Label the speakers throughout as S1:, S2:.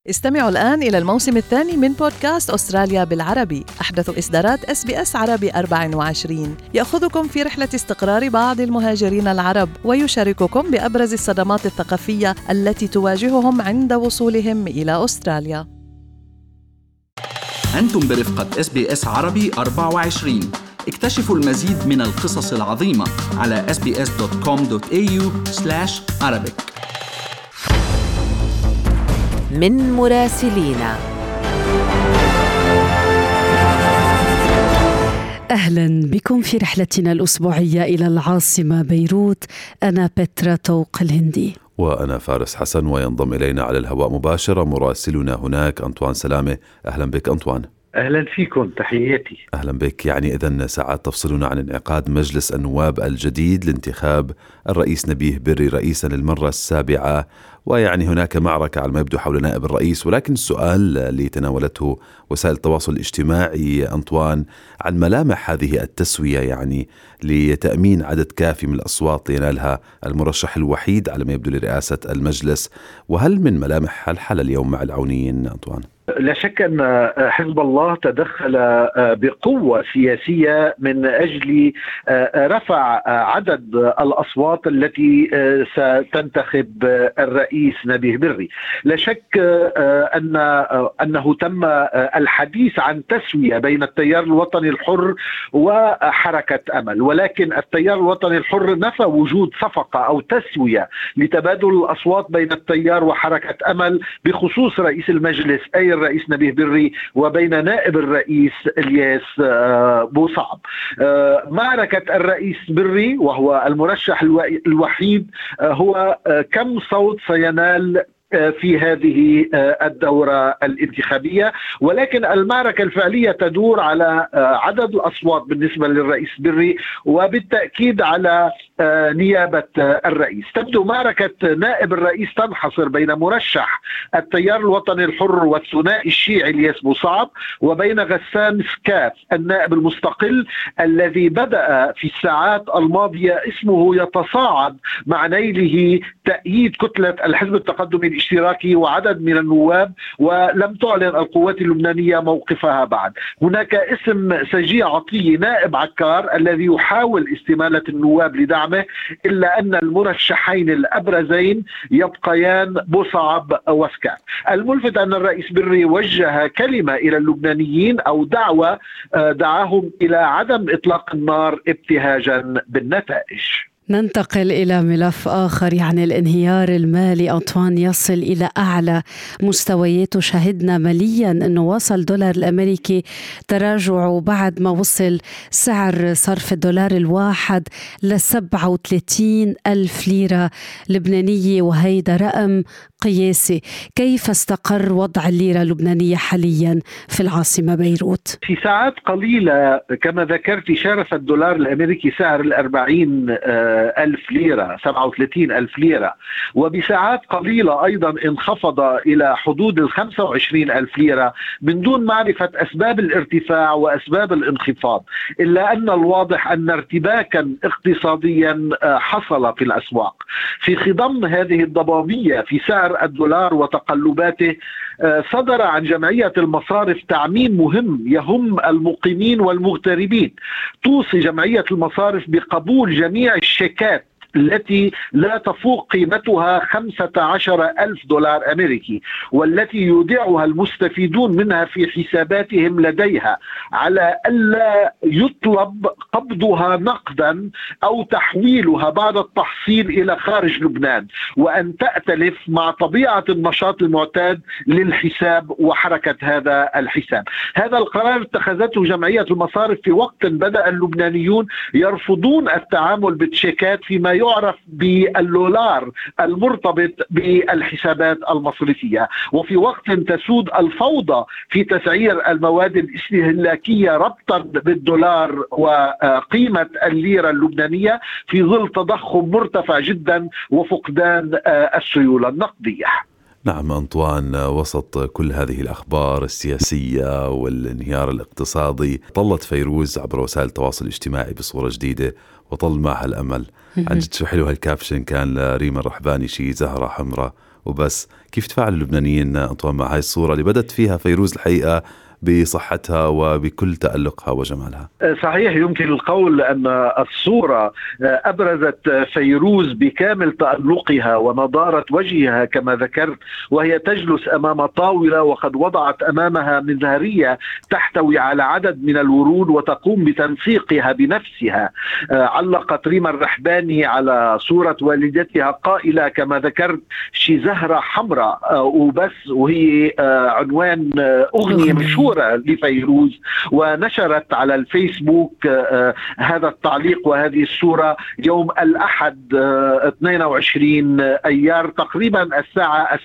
S1: استمعوا الآن إلى الموسم الثاني من بودكاست أستراليا بالعربي، أحدث إصدارات SBS عربي 24، يأخذكم في رحلة استقرار بعض المهاجرين العرب ويشارككم بأبرز الصدمات الثقافية التي تواجههم عند وصولهم إلى أستراليا.
S2: أنتم برفقة SBS عربي 24. اكتشفوا المزيد من القصص العظيمة على sbs.com.au/arabic.
S3: من مراسلينا. أهلا بكم في رحلتنا الأسبوعية إلى العاصمة بيروت. أنا بترا توق الهندي
S4: وأنا فارس حسن، وينضم إلينا على الهواء مباشرة مراسلنا هناك أنطوان سلامة. أهلا بك أنطوان.
S5: أهلا فيكم، تحياتي.
S4: أهلا بك. يعني إذن ساعات تفصلنا عن انعقاد مجلس النواب الجديد لانتخاب الرئيس نبيه بري رئيسا للمرة السابعة، ويعني هناك معركة على ما يبدو حول نائب الرئيس. ولكن السؤال اللي تناولته وسائل التواصل الاجتماعي أنطوان عن ملامح هذه التسوية، يعني لتأمين عدد كافي من الأصوات ينالها المرشح الوحيد على ما يبدو لرئاسة المجلس، وهل من ملامح الحل اليوم مع العونيين أنطوان؟
S5: لا شك أن حزب الله تدخل بقوة سياسية من أجل رفع عدد الأصوات التي ستنتخب الرئيس نبيه بري. لا شك أنه تم الحديث عن تسوية بين التيار الوطني الحر وحركة أمل، ولكن التيار الوطني الحر نفى وجود صفقة أو تسوية لتبادل الأصوات بين التيار وحركة أمل بخصوص رئيس المجلس أي الرئيس نبيه بري وبين نائب الرئيس إلياس بوصعب. معركة الرئيس بري وهو المرشح الوحيد هو كم صوت سينال في هذه الدورة الانتخابية، ولكن المعركة الفعلية تدور على عدد الأصوات بالنسبة للرئيس بري وبالتأكيد على نيابة الرئيس. تبدو معركة نائب الرئيس تنحصر بين مرشح التيار الوطني الحر والثنائي الشيعي إلياس بوصعب وبين غسان سكاف النائب المستقل الذي بدأ في الساعات الماضية اسمه يتصاعد مع نيله تأييد كتلة الحزب التقدمي الاشتراكي وعدد من النواب، ولم تعلن القوات اللبنانية موقفها بعد. هناك اسم سجي عطية نائب عكار الذي يحاول استمالة النواب لدعمه، إلا أن المرشحين الأبرزين يبقيان بوصعب وسكاف. الملفت أن الرئيس بري وجه كلمة إلى اللبنانيين أو دعوة دعاهم إلى عدم إطلاق النار ابتهاجا بالنتائج.
S3: ننتقل إلى ملف آخر، يعني الانهيار المالي أنطوان يصل إلى أعلى مستوياته. شهدنا ماليا أنه وصل دولار الأمريكي تراجعه بعد ما وصل سعر صرف الدولار الواحد ل37,000 ليرة لبنانية، وهيدا رقم قياسي. كيف استقر وضع الليرة اللبنانية حاليا في العاصمة بيروت؟
S5: في ساعات قليلة كما ذكرت شارف الدولار الأمريكي سعر 40,000 ليرة 37,000 ليرة، وبساعات قليلة أيضا انخفض إلى حدود 25,000 ليرة من دون معرفة أسباب الارتفاع وأسباب الانخفاض، إلا أن الواضح أن ارتباكا اقتصاديا حصل في الأسواق. في خضم هذه الضبابية في سعر الدولار وتقلباته صدر عن جمعية المصارف تعميم مهم يهم المقيمين والمغتربين. توصي جمعية المصارف بقبول جميع الشيكات التي لا تفوق قيمتها 15,000 دولار أمريكي، والتي يودعها المستفيدون منها في حساباتهم لديها، على ألا يطلب قبضها نقدا أو تحويلها بعد التحصيل إلى خارج لبنان، وأن تأتلف مع طبيعة النشاط المعتاد للحساب وحركة هذا الحساب. هذا القرار اتخذته جمعية المصارف في وقت بدأ اللبنانيون يرفضون التعامل بالتشيكات فيما يعرف بالدولار المرتبط بالحسابات المصرفية، وفي وقت تسود الفوضى في تسعير المواد الاستهلاكية ربطا بالدولار وقيمة الليرة اللبنانية في ظل تضخم مرتفع جدا وفقدان السيولة النقدية.
S4: نعم أنطوان، وسط كل هذه الأخبار السياسية والانهيار الاقتصادي طلت فيروز عبر وسائل التواصل الاجتماعي بصورة جديدة وطل معها الأمل. عن جد شو حلو هالكابشن كان لريما الرحباني، شي زهرة حمراء وبس. كيف تفاعل اللبنانيين أنطوان مع هاي الصورة اللي بدت فيها فيروز الحقيقة بصحتها وبكل تألقها وجمالها؟
S5: صحيح، يمكن القول أن الصورة أبرزت فيروز بكامل تألقها ونضارة وجهها كما ذكرت، وهي تجلس أمام طاولة وقد وضعت أمامها مزهرية تحتوي على عدد من الورود وتقوم بتنسيقها بنفسها. علقت ريما الرحباني على صورة والدتها قائلة كما ذكرت شي زهرة حمراء وبس، وهي عنوان أغنية مشهورة لفيروز، ونشرت على الفيسبوك هذا التعليق وهذه الصورة يوم الأحد 22 أيار تقريبا الساعة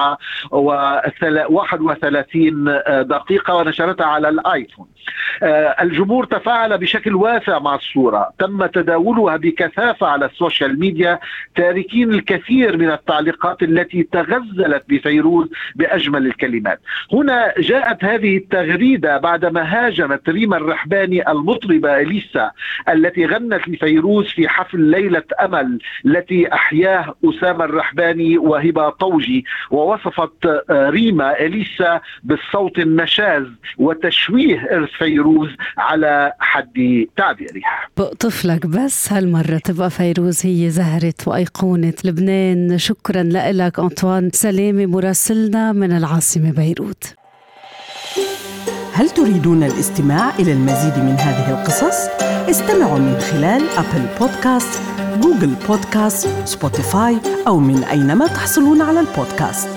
S5: 7:31 دقيقة، ونشرتها على الآيفون. الجمهور تفاعل بشكل واسع مع الصورة، تم تداولها بكثافة على السوشيال ميديا، تاركين الكثير من التعليقات التي تغزلت بفيروز بأجمل الكلمات. هنا جاءت هذه التغريدة بعدما هاجمت ريما الرحباني المطربة إليسا التي غنت لفيروز في حفل ليلة أمل التي أحياه أسامة الرحباني وهبة طوجي، ووصفت ريما إليسا بالصوت النشاز وتشويه إرث فيروز على حد تعبيرها.
S3: بقطفلك بس هالمرة تبقى فيروز هي زهرة وأيقونة لبنان. شكرا لك أنطوان سلامة مراسلنا من العاصمة بيروت.
S6: هل تريدون الاستماع إلى المزيد من هذه القصص؟ استمعوا من خلال أبل بودكاست، جوجل بودكاست، سبوتيفاي أو من أينما تحصلون على البودكاست.